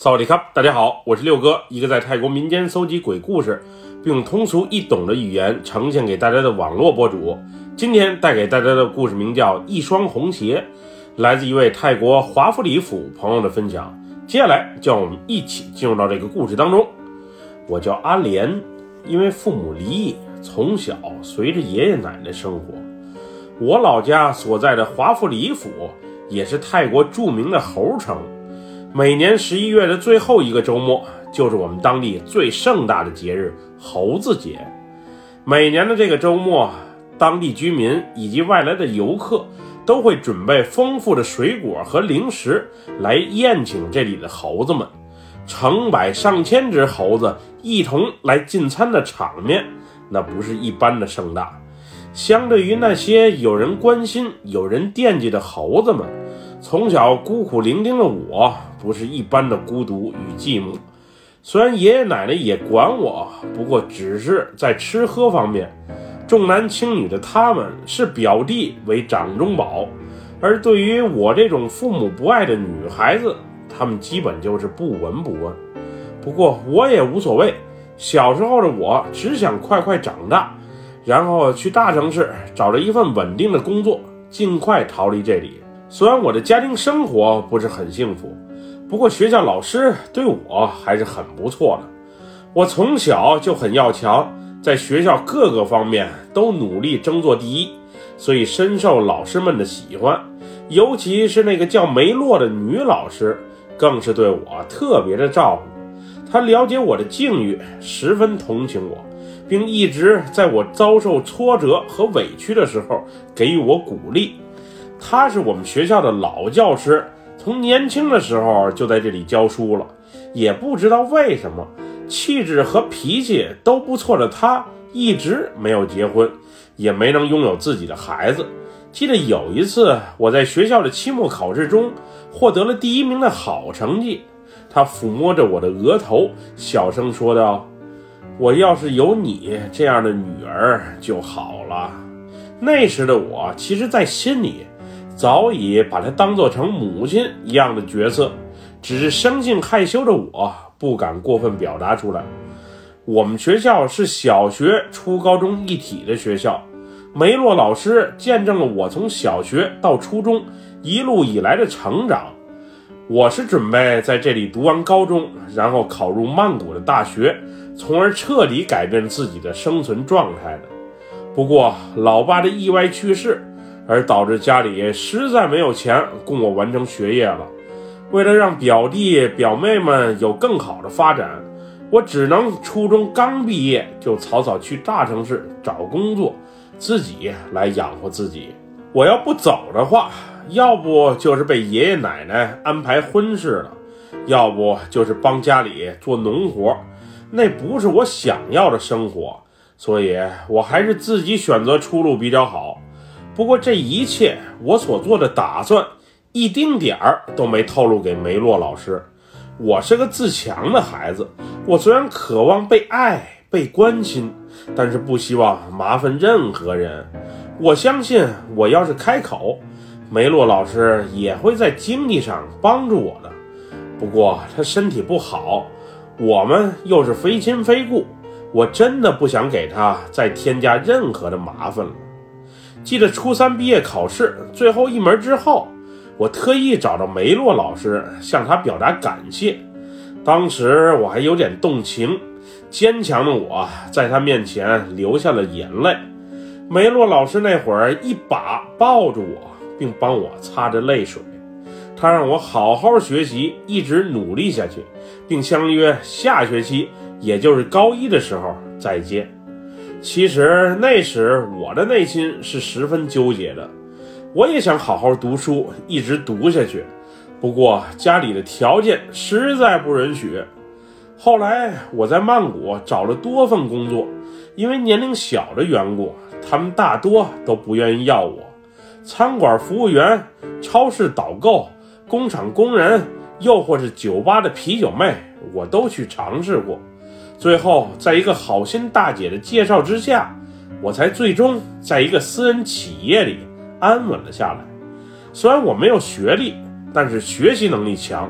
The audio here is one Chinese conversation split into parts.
萨瓦迪卡，大家好，我是六哥，一个在泰国民间搜集鬼故事，并用通俗易懂的语言呈现给大家的网络博主。今天带给大家的故事名叫《一双红鞋》，来自一位泰国华夫里府朋友的分享。接下来就让我们一起进入到这个故事当中。我叫阿莲，因为父母离异，从小随着爷爷奶奶生活。我老家所在的华夫里府也是泰国著名的猴城，每年11月的最后一个周末就是我们当地最盛大的节日猴子节。每年的这个周末，当地居民以及外来的游客都会准备丰富的水果和零食来宴请这里的猴子们，成百上千只猴子一同来进餐的场面，那不是一般的盛大。相对于那些有人关心有人惦记的猴子们，从小孤苦伶仃的我不是一般的孤独与寂寞。虽然爷爷奶奶也管我，不过只是在吃喝方面，重男轻女的他们视表弟为掌中宝，而对于我这种父母不爱的女孩子，他们基本就是不闻不问。不过我也无所谓，小时候的我只想快快长大，然后去大城市找着一份稳定的工作，尽快逃离这里。虽然我的家庭生活不是很幸福，不过学校老师对我还是很不错的。我从小就很要强，在学校各个方面都努力争做第一，所以深受老师们的喜欢。尤其是那个叫梅洛的女老师，更是对我特别的照顾。她了解我的境遇，十分同情我，并一直在我遭受挫折和委屈的时候给予我鼓励。他是我们学校的老教师，从年轻的时候就在这里教书了。也不知道为什么，气质和脾气都不错的他一直没有结婚，也没能拥有自己的孩子。记得有一次我在学校的期末考试中获得了第1名的好成绩，他抚摸着我的额头，小声说道：我要是有你这样的女儿就好了。那时的我其实在心里早已把她当作成母亲一样的角色，只是生性害羞的我不敢过分表达出来。我们学校是小学、初高中一体的学校，梅洛老师见证了我从小学到初中一路以来的成长。我是准备在这里读完高中，然后考入曼谷的大学，从而彻底改变自己的生存状态的。不过老爸的意外去世，而导致家里实在没有钱供我完成学业了。为了让表弟表妹们有更好的发展，我只能初中刚毕业就草草去大城市找工作，自己来养活自己。我要不走的话，要不就是被爷爷奶奶安排婚事了，要不就是帮家里做农活，那不是我想要的生活，所以我还是自己选择出路比较好。不过这一切我所做的打算一丁点儿都没透露给梅洛老师。我是个自强的孩子，我虽然渴望被爱被关心，但是不希望麻烦任何人。我相信我要是开口，梅洛老师也会在经济上帮助我的。不过他身体不好，我们又是非亲非故，我真的不想给他再添加任何的麻烦了。记得初3毕业考试最后一门之后，我特意找到梅洛老师向他表达感谢。当时我还有点动情，坚强的我在他面前流下了眼泪。梅洛老师那会儿一把抱住我，并帮我擦着泪水。他让我好好学习，一直努力下去，并相约下学期，也就是高1的时候再见。其实那时我的内心是十分纠结的，我也想好好读书，一直读下去，不过家里的条件实在不允许。后来我在曼谷找了多份工作，因为年龄小的缘故，他们大多都不愿意要我。餐馆服务员、超市导购、工厂工人，又或是酒吧的啤酒妹，我都去尝试过。最后在一个好心大姐的介绍之下，我才最终在一个私人企业里安稳了下来。虽然我没有学历，但是学习能力强，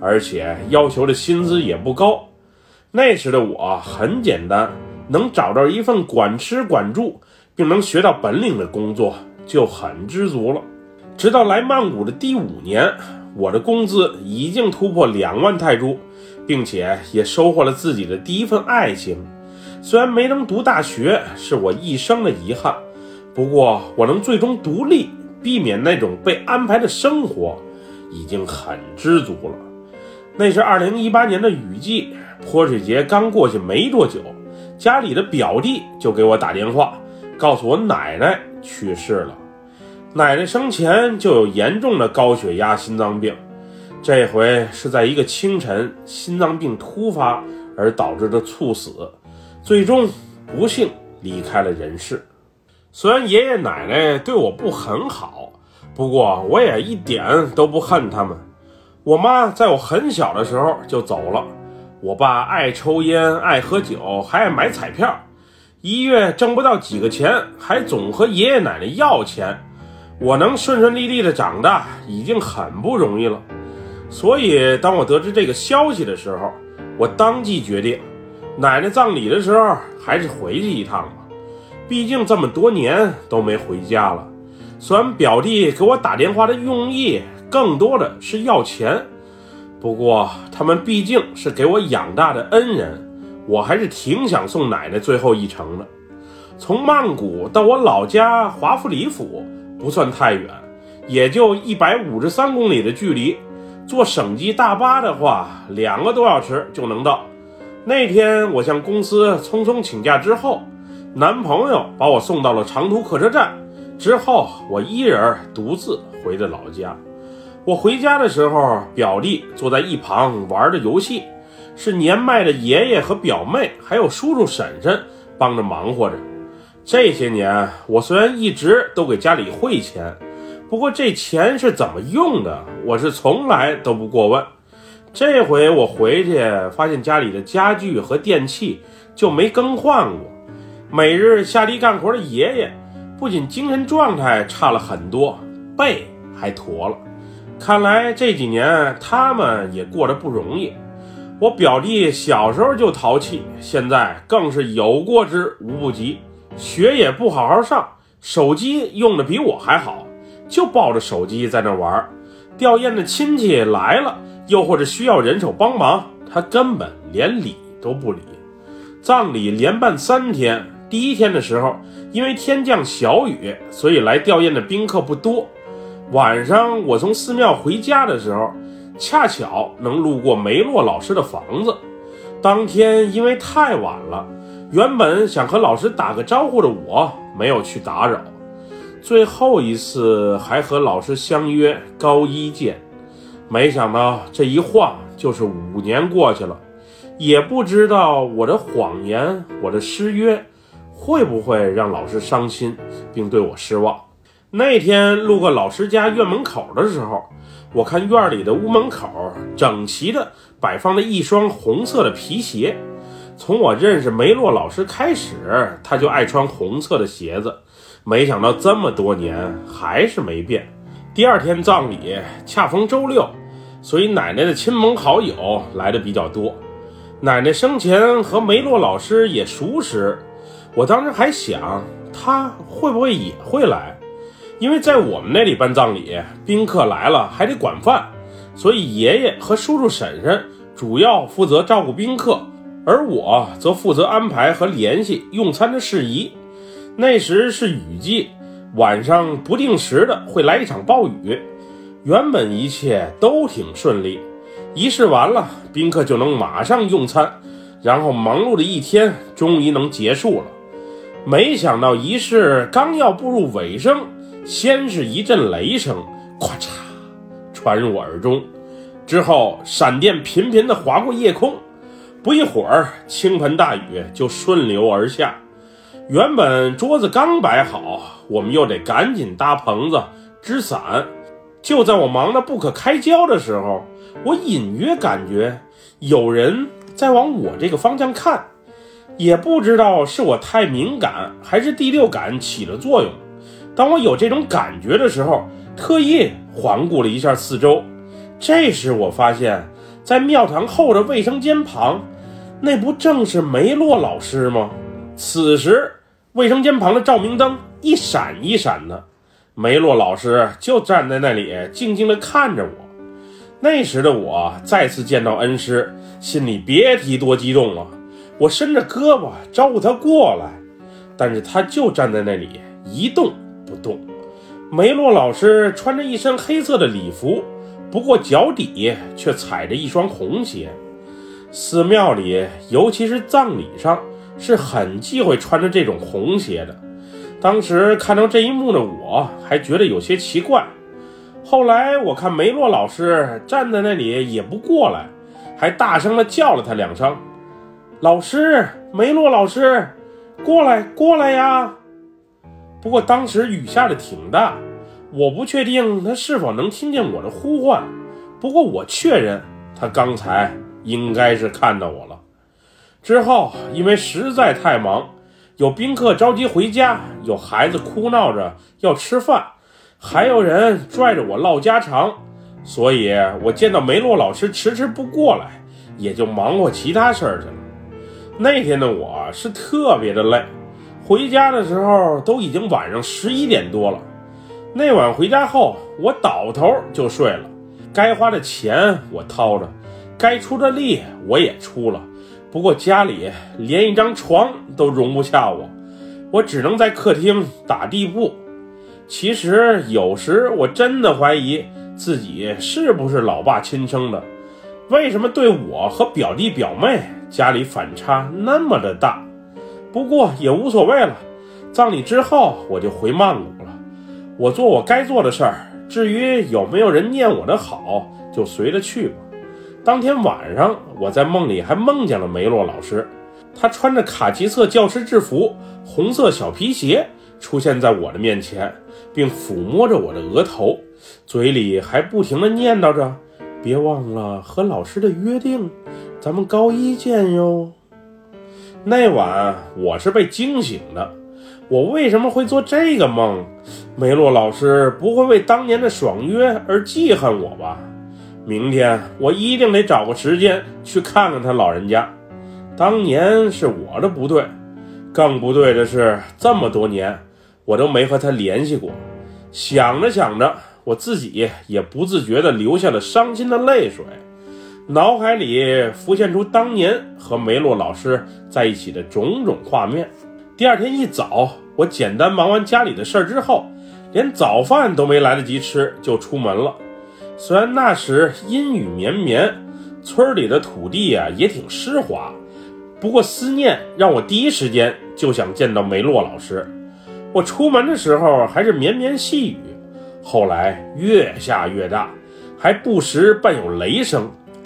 而且要求的薪资也不高。那时的我很简单，能找到一份管吃管住并能学到本领的工作就很知足了。直到来曼谷的第5年，我的工资已经突破2万泰铢，并且也收获了自己的第一份爱情。虽然没能读大学是我一生的遗憾，不过我能最终独立，避免那种被安排的生活，已经很知足了。那是2018年的雨季，泼水节刚过去没多久，家里的表弟就给我打电话，告诉我奶奶去世了。奶奶生前就有严重的高血压心脏病，这回是在一个清晨心脏病突发而导致的猝死，最终不幸离开了人世。虽然爷爷奶奶对我不很好，不过我也一点都不恨他们。我妈在我很小的时候就走了，我爸爱抽烟爱喝酒还爱买彩票，一月挣不到几个钱，还总和爷爷奶奶要钱。我能顺顺利利的长大已经很不容易了，所以当我得知这个消息的时候，我当即决定奶奶葬礼的时候还是回去一趟吧，毕竟这么多年都没回家了。虽然表弟给我打电话的用意更多的是要钱，不过他们毕竟是给我养大的恩人，我还是挺想送奶奶最后一程的。从曼谷到我老家华富里府不算太远，也就153公里的距离，坐省际大巴的话2个多小时就能到。那天我向公司匆匆请假之后，男朋友把我送到了长途客车站，之后我一人独自回了老家。我回家的时候，表弟坐在一旁玩着游戏，是年迈的爷爷和表妹还有叔叔婶婶帮着忙活着。这些年我虽然一直都给家里汇钱，不过这钱是怎么用的，我是从来都不过问。这回我回去发现家里的家具和电器就没更换过，每日下地干活的爷爷不仅精神状态差了很多，背还驼了。看来这几年他们也过得不容易。我表弟小时候就淘气，现在更是有过之无不及，学也不好好上，手机用的比我还好，就抱着手机在那玩。吊唁的亲戚来了，又或者需要人手帮忙，他根本连理都不理。葬礼连办3天，第1天的时候因为天降小雨，所以来吊唁的宾客不多。晚上我从寺庙回家的时候，恰巧能路过梅洛老师的房子。当天因为太晚了，原本想和老师打个招呼的我没有去打扰，最后一次还和老师相约高1见，没想到这一晃就是5年过去了，也不知道我的谎言，我的失约会不会让老师伤心并对我失望。那天路过老师家院门口的时候，我看院里的屋门口整齐的摆放了一双红色的皮鞋。从我认识梅洛老师开始，他就爱穿红色的鞋子，没想到这么多年还是没变。第2天葬礼恰逢周6，所以奶奶的亲朋好友来的比较多。奶奶生前和梅洛老师也熟识，我当时还想他会不会也会来，因为在我们那里办葬礼，宾客来了还得管饭，所以爷爷和叔叔婶婶主要负责照顾宾客，而我则负责安排和联系用餐的事宜。那时是雨季，晚上不定时的会来一场暴雨，原本一切都挺顺利，仪式完了，宾客就能马上用餐，然后忙碌的一天终于能结束了。没想到仪式刚要步入尾声，先是一阵雷声，咵嚓传入耳中，之后闪电频频地划过夜空，不一会儿倾盆大雨就顺流而下。原本桌子刚摆好，我们又得赶紧搭棚子支伞。就在我忙得不可开交的时候，我隐约感觉有人在往我这个方向看，也不知道是我太敏感还是第6感起了作用。当我有这种感觉的时候，特意环顾了一下四周，这时我发现在庙堂后的卫生间旁，那不正是梅洛老师吗？此时卫生间旁的照明灯一闪一闪的，梅洛老师就站在那里静静地看着我。那时的我再次见到恩师，心里别提多激动了。我伸着胳膊招呼他过来，但是他就站在那里一动不动。梅洛老师穿着一身黑色的礼服，不过脚底却踩着一双红鞋。寺庙里，尤其是葬礼上，是很忌讳穿着这种红鞋的。当时看到这一幕的我还觉得有些奇怪。后来我看梅洛老师站在那里也不过来，还大声地叫了他2声：老师，梅洛老师，过来过来呀！不过当时雨下的挺大，我不确定他是否能听见我的呼唤，不过我确认他刚才应该是看到我了。之后因为实在太忙，有宾客着急回家，有孩子哭闹着要吃饭，还有人拽着我唠家常，所以我见到梅洛老师迟迟不过来，也就忙活其他事儿去了。那天的我是特别的累，回家的时候都已经晚上11点多了。那晚回家后，我倒头就睡了，该花的钱我掏着，该出的力我也出了，不过家里连一张床都容不下我只能在客厅打地铺。其实有时我真的怀疑自己是不是老爸亲生的，为什么对我和表弟表妹家里反差那么的大？不过也无所谓了，葬礼之后我就回曼谷了，我做我该做的事儿，至于有没有人念我的好，就随着去吧。当天晚上，我在梦里还梦见了梅洛老师，他穿着卡其色教师制服，红色小皮鞋，出现在我的面前，并抚摸着我的额头，嘴里还不停地念叨着：别忘了和老师的约定，咱们高1见哟。那晚我是被惊醒的，我为什么会做这个梦？梅洛老师不会为当年的爽约而记恨我吧？明天我一定得找个时间去看看他老人家。当年是我的不对，更不对的是这么多年我都没和他联系过。想着想着，我自己也不自觉地流下了伤心的泪水，脑海里浮现出当年和梅洛老师在一起的种种画面。第二天一早，我简单忙完家里的事儿之后，连早饭都没来得及吃就出门了。虽然那时阴雨绵绵，村里的土地也挺湿滑，不过思念让我第一时间就想见到梅洛老师。我出门的时候还是绵绵细雨，后来越下越大，还不时伴有雷声。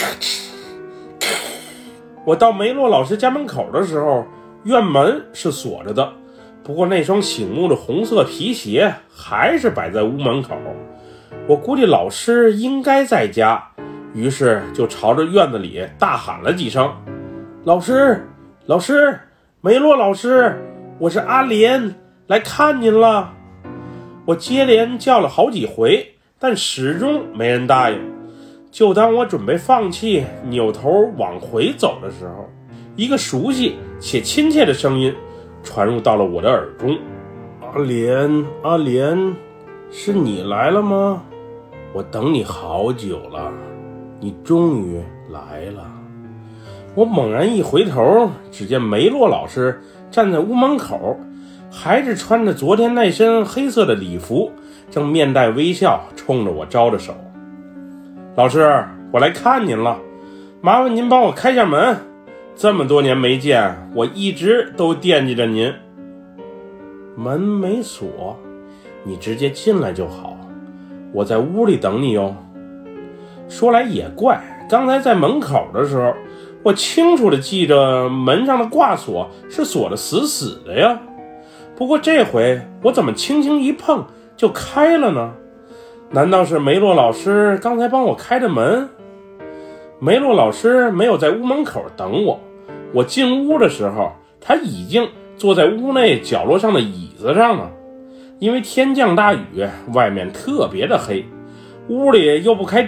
我到梅洛老师家门口的时候，院门是锁着的，不过那双醒目的红色皮鞋还是摆在屋门口。我估计老师应该在家，于是就朝着院子里大喊了几声：老师，老师，梅洛老师，我是阿莲，来看您了。我接连叫了好几回，但始终没人答应。就当我准备放弃，扭头往回走的时候，一个熟悉且亲切的声音传入到了我的耳中：阿莲，阿莲，是你来了吗？我等你好久了，你终于来了。我猛然一回头，只见梅洛老师站在屋门口，还是穿着昨天那身黑色的礼服，正面带微笑冲着我招着手。老师，我来看您了，麻烦您帮我开下门，这么多年没见，我一直都惦记着您。门没锁，你直接进来就好，我在屋里等你哟。说来也怪，刚才在门口的时候，我清楚地记着门上的挂锁是锁得死死的呀，不过这回我怎么轻轻一碰就开了呢？难道是梅洛老师刚才帮我开的门？梅洛老师没有在屋门口等我，我进屋的时候，他已经坐在屋内角落上的椅子上了。因为天降大雨，外面特别的黑，屋里又不开灯，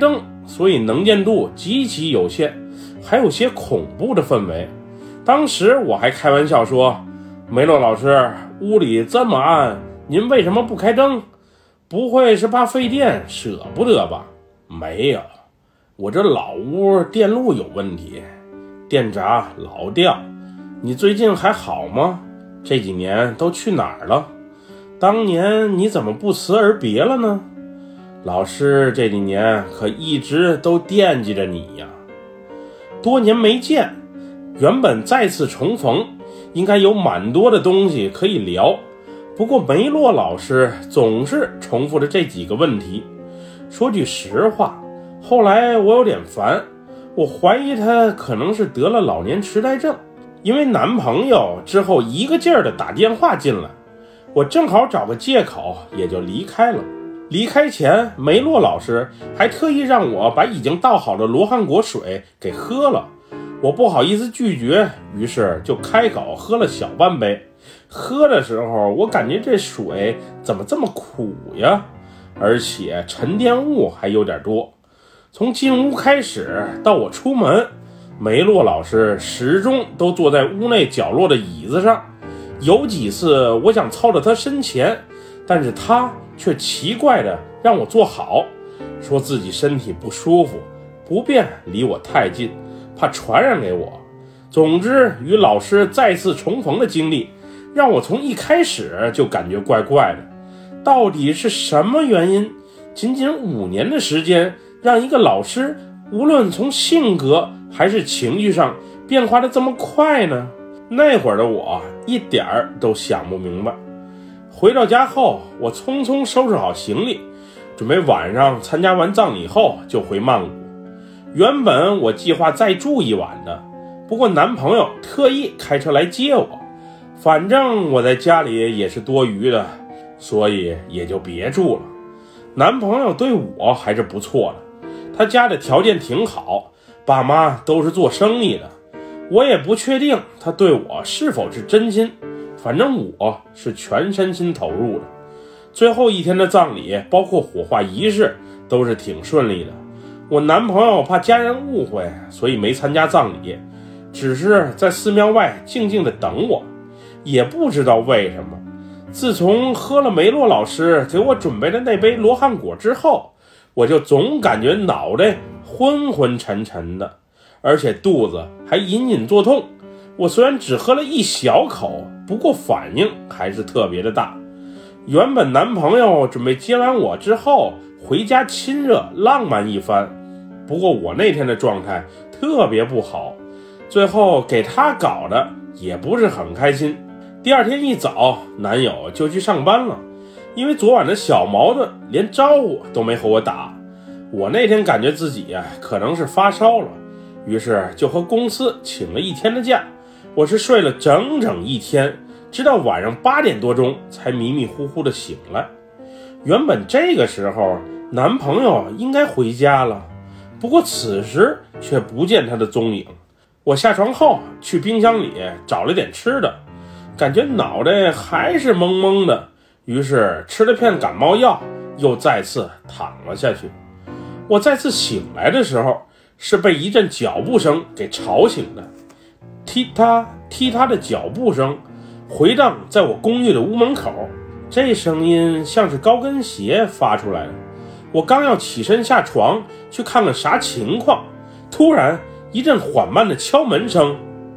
所以能见度极其有限，还有些恐怖的氛围。当时我还开玩笑说，梅洛老师，屋里这么暗，您为什么不开灯？不会是怕费电舍不得吧？没有，我这老屋电路有问题，电闸老掉。你最近还好吗？这几年都去哪儿了？当年你怎么不辞而别了呢？老师这几年可一直都惦记着你呀。多年没见，原本再次重逢应该有蛮多的东西可以聊，不过梅洛老师总是重复着这几个问题。说句实话，后来我有点烦，我怀疑他可能是得了老年痴呆症，因为男朋友之后一个劲儿的打电话进来，我正好找个借口也就离开了。离开前，梅洛老师还特意让我把已经倒好的罗汉果水给喝了，我不好意思拒绝，于是就开口喝了小半杯。喝的时候，我感觉这水怎么这么苦呀，而且沉淀物还有点多。从进屋开始到我出门，梅洛老师始终都坐在屋内角落的椅子上。有几次我想凑到他身前，但是他却奇怪的让我坐好，说自己身体不舒服，不便离我太近，怕传染给我。总之，与老师再次重逢的经历让我从一开始就感觉怪怪的。到底是什么原因，仅仅5年的时间让一个老师无论从性格还是情绪上变化的这么快呢？那会儿的我一点儿都想不明白。回到家后，我匆匆收拾好行李，准备晚上参加完葬礼后就回曼谷。原本我计划再住一晚的，不过男朋友特意开车来接我，反正我在家里也是多余的，所以也就别住了。男朋友对我还是不错的，他家的条件挺好，爸妈都是做生意的。我也不确定他对我是否是真心，反正我是全身心投入的。最后一天的葬礼，包括火化仪式，都是挺顺利的。我男朋友怕家人误会，所以没参加葬礼，只是在寺庙外静静的等我。也不知道为什么，自从喝了梅洛老师给我准备的那杯罗汉果之后，我就总感觉脑袋昏昏沉沉的，而且肚子还隐隐作痛。我虽然只喝了一小口，不过反应还是特别的大。原本男朋友准备接完我之后回家亲热浪漫一番，不过我那天的状态特别不好，最后给他搞的也不是很开心。第二天一早，男友就去上班了，因为昨晚的小矛盾连招呼都没和我打。我那天感觉自己可能是发烧了，于是就和公司请了1天的假。我是睡了整整1天，直到晚上8点多钟才迷迷糊糊的醒来。原本这个时候男朋友应该回家了，不过此时却不见他的踪影。我下床后去冰箱里找了点吃的，感觉脑袋还是懵懵的，于是吃了片感冒药，又再次躺了下去。我再次醒来的时候，是被一阵脚步声给吵醒的。踢踏踢踏的脚步声回荡在我公寓的屋门口，这声音像是高跟鞋发出来的。我刚要起身下床去看看啥情况，突然一阵缓慢的敲门声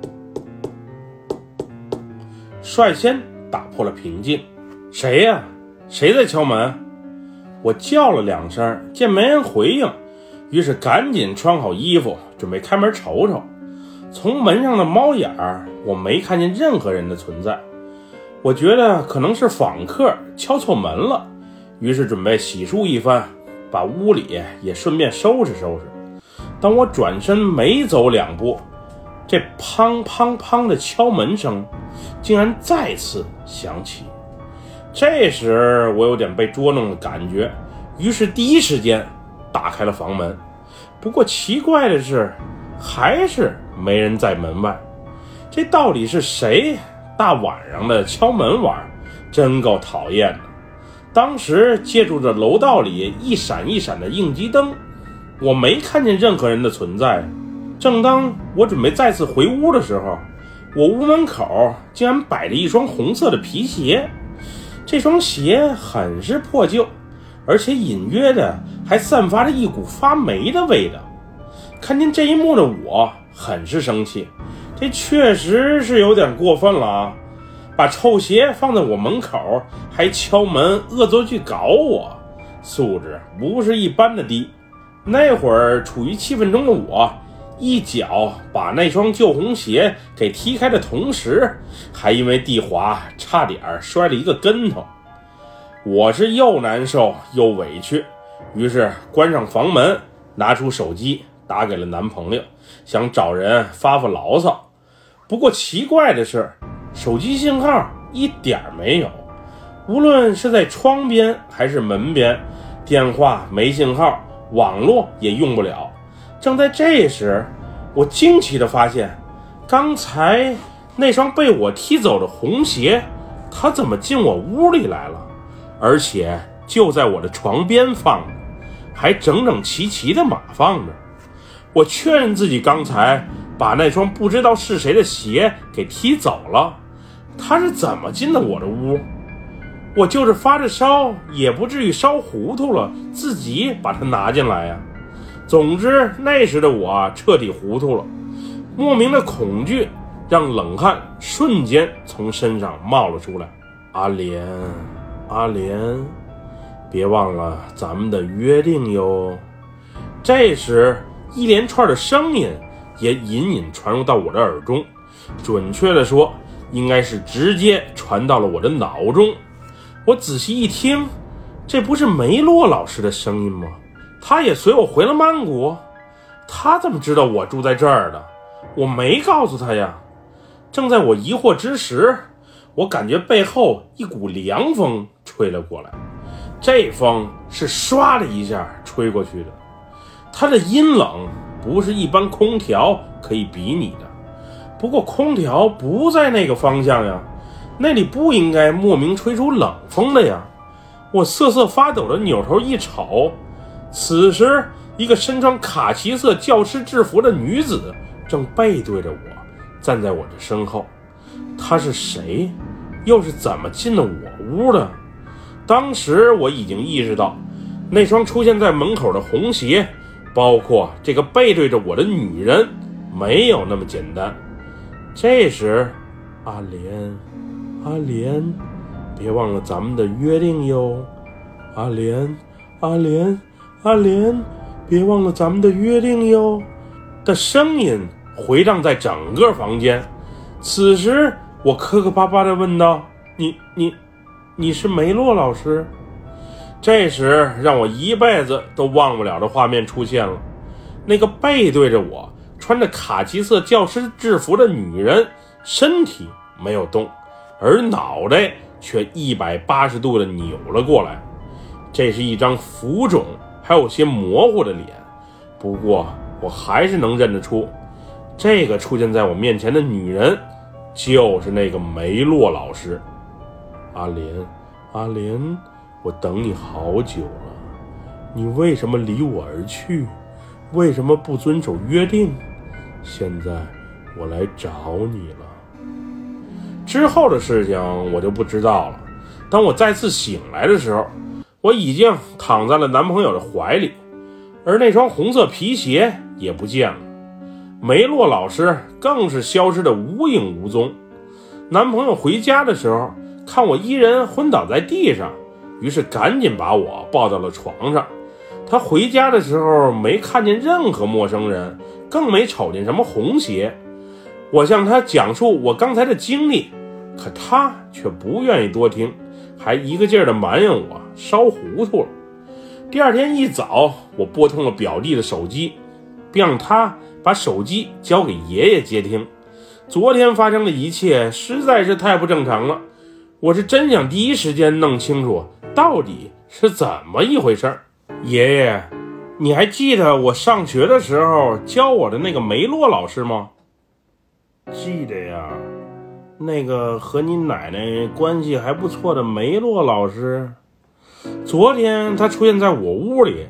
率先打破了平静。谁呀？谁在敲门？我叫了2声，见没人回应，于是赶紧穿好衣服准备开门瞅瞅。从门上的猫眼儿，我没看见任何人的存在。我觉得可能是访客敲错门了，于是准备洗漱一番，把屋里也顺便收拾收拾。当我转身没走2步，这砰砰砰的敲门声竟然再次响起。这时我有点被捉弄的感觉，于是第一时间打开了房门。不过奇怪的是，还是没人在门外。这到底是谁大晚上的敲门玩，真够讨厌的。当时借助着楼道里一闪一闪的应急灯， 我没看见任何人的存在。正当我准备再次回屋的时候，我屋门口竟然摆着一双红色的皮鞋。这双鞋很是破旧，而且隐约的还散发着一股发霉的味道。看见这一幕的我很是生气，这确实是有点过分了啊！把臭鞋放在我门口，还敲门恶作剧搞我，素质不是一般的低。那会儿处于气愤中的我，一脚把那双旧红鞋给踢开的同时，还因为地滑差点摔了一个跟头。我是又难受又委屈，于是关上房门，拿出手机打给了男朋友，想找人发发牢骚。不过奇怪的是，手机信号一点没有，无论是在窗边还是门边，电话没信号，网络也用不了。正在这时，我惊奇地发现，刚才那双被我踢走的红鞋，它怎么进我屋里来了？而且就在我的床边放着，还整整齐齐地码放着。我确认自己刚才把那双不知道是谁的鞋给踢走了，他是怎么进的我的屋？我就是发着烧，也不至于烧糊涂了，自己把它拿进来呀。总之，那时的我彻底糊涂了，莫名的恐惧让冷汗瞬间从身上冒了出来。阿莲，阿莲，别忘了咱们的约定哟。这时，一连串的声音也隐隐传入到我的耳中，准确的说，应该是直接传到了我的脑中。我仔细一听，这不是梅洛老师的声音吗？他也随我回了曼谷，他怎么知道我住在这儿的？我没告诉他呀。正在我疑惑之时，我感觉背后一股凉风吹了过来，这风是唰的一下吹过去的，它的阴冷不是一般空调可以比拟的。不过空调不在那个方向呀，那里不应该莫名吹出冷风的呀。我瑟瑟发抖的扭头一瞅，此时一个身穿卡其色教师制服的女子正背对着我站在我的身后。她是谁？又是怎么进了我屋的？当时我已经意识到，那双出现在门口的红鞋，包括这个背对着我的女人，没有那么简单。这时，阿莲，阿莲，别忘了咱们的约定哟。阿莲，阿莲，阿莲，别忘了咱们的约定哟的声音回荡在整个房间。此时我磕磕巴巴地问道，你是梅洛老师？这时让我一辈子都忘不了的画面出现了，那个背对着我穿着卡其色教师制服的女人，身体没有动，而脑袋却180度的扭了过来。这是一张浮肿还有些模糊的脸，不过我还是能认得出，这个出现在我面前的女人就是那个梅洛老师。阿莲，阿莲，我等你好久了，你为什么离我而去？为什么不遵守约定？现在我来找你了。之后的事情我就不知道了。当我再次醒来的时候，我已经躺在了男朋友的怀里，而那双红色皮鞋也不见了，梅洛老师更是消失得无影无踪。男朋友回家的时候，看我依然昏倒在地上，于是赶紧把我抱到了床上。他回家的时候没看见任何陌生人，更没瞅见什么红鞋。我向他讲述我刚才的经历，可他却不愿意多听，还一个劲儿地埋怨我烧糊涂了。第二天一早，我拨通了表弟的手机，并让他把手机交给爷爷接听。昨天发生的一切实在是太不正常了，我是真想第一时间弄清楚到底是怎么一回事。爷爷，你还记得我上学的时候教我的那个梅洛老师吗？记得呀，那个和你奶奶关系还不错的梅洛老师。昨天他出现在我屋里，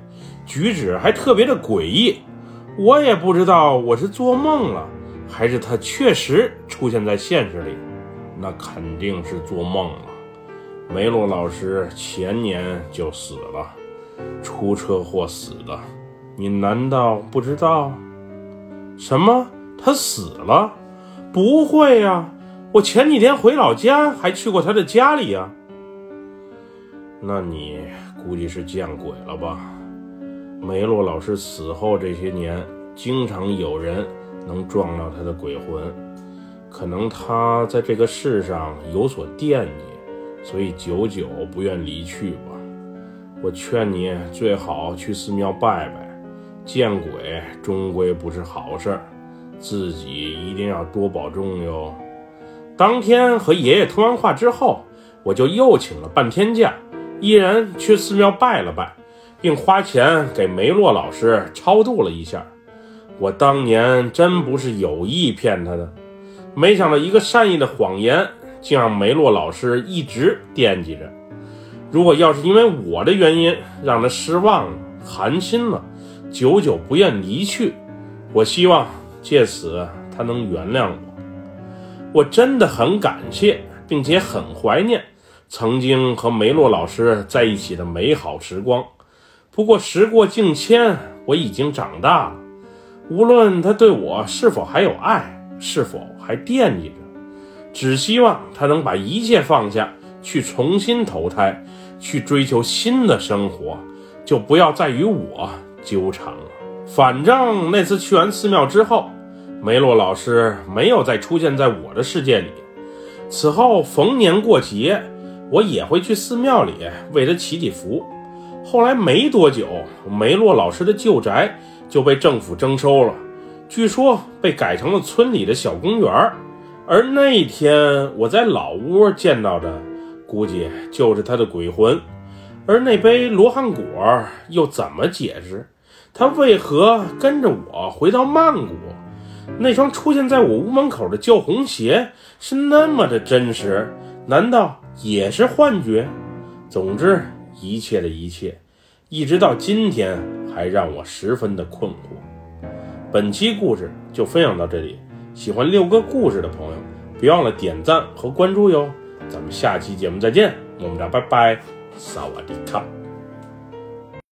举止还特别的诡异。我也不知道我是做梦了，还是他确实出现在现实里。那肯定是做梦了。梅洛老师前年就死了，出车祸死的，你难道不知道？什么？他死了？不会呀，我前几天回老家还去过他的家里呀。那你估计是见鬼了吧？梅洛老师死后这些年，经常有人能撞到他的鬼魂，可能他在这个世上有所惦记，所以久久不愿离去吧。我劝你最好去寺庙拜拜，见鬼终归不是好事，自己一定要多保重哟。当天和爷爷通完话之后，我就又请了半天假，一人去寺庙拜了拜，并花钱给梅洛老师超度了一下。我当年真不是有意骗他的，没想到一个善意的谎言竟让梅洛老师一直惦记着。如果要是因为我的原因让他失望了、寒心了，久久不愿离去，我希望借此他能原谅我。我真的很感谢，并且很怀念曾经和梅洛老师在一起的美好时光。不过时过境迁，我已经长大了，无论他对我是否还有爱，是否还惦记着，只希望他能把一切放下，去重新投胎，去追求新的生活，就不要再与我纠缠了。反正那次去完寺庙之后，梅洛老师没有再出现在我的世界里。此后逢年过节，我也会去寺庙里为他祈祈福。后来没多久，梅洛老师的旧宅就被政府征收了，据说被改成了村里的小公园。而那一天我在老屋见到的，估计就是他的鬼魂。而那杯罗汉果又怎么解释？他为何跟着我回到曼谷？那双出现在我屋门口的旧红鞋是那么的真实，难道也是幻觉？总之，一切的一切，一直到今天还让我十分的困惑。本期故事就分享到这里，喜欢六哥故事的朋友，别忘了点赞和关注哟。咱们下期节目再见，我们俩拜拜，萨瓦迪卡。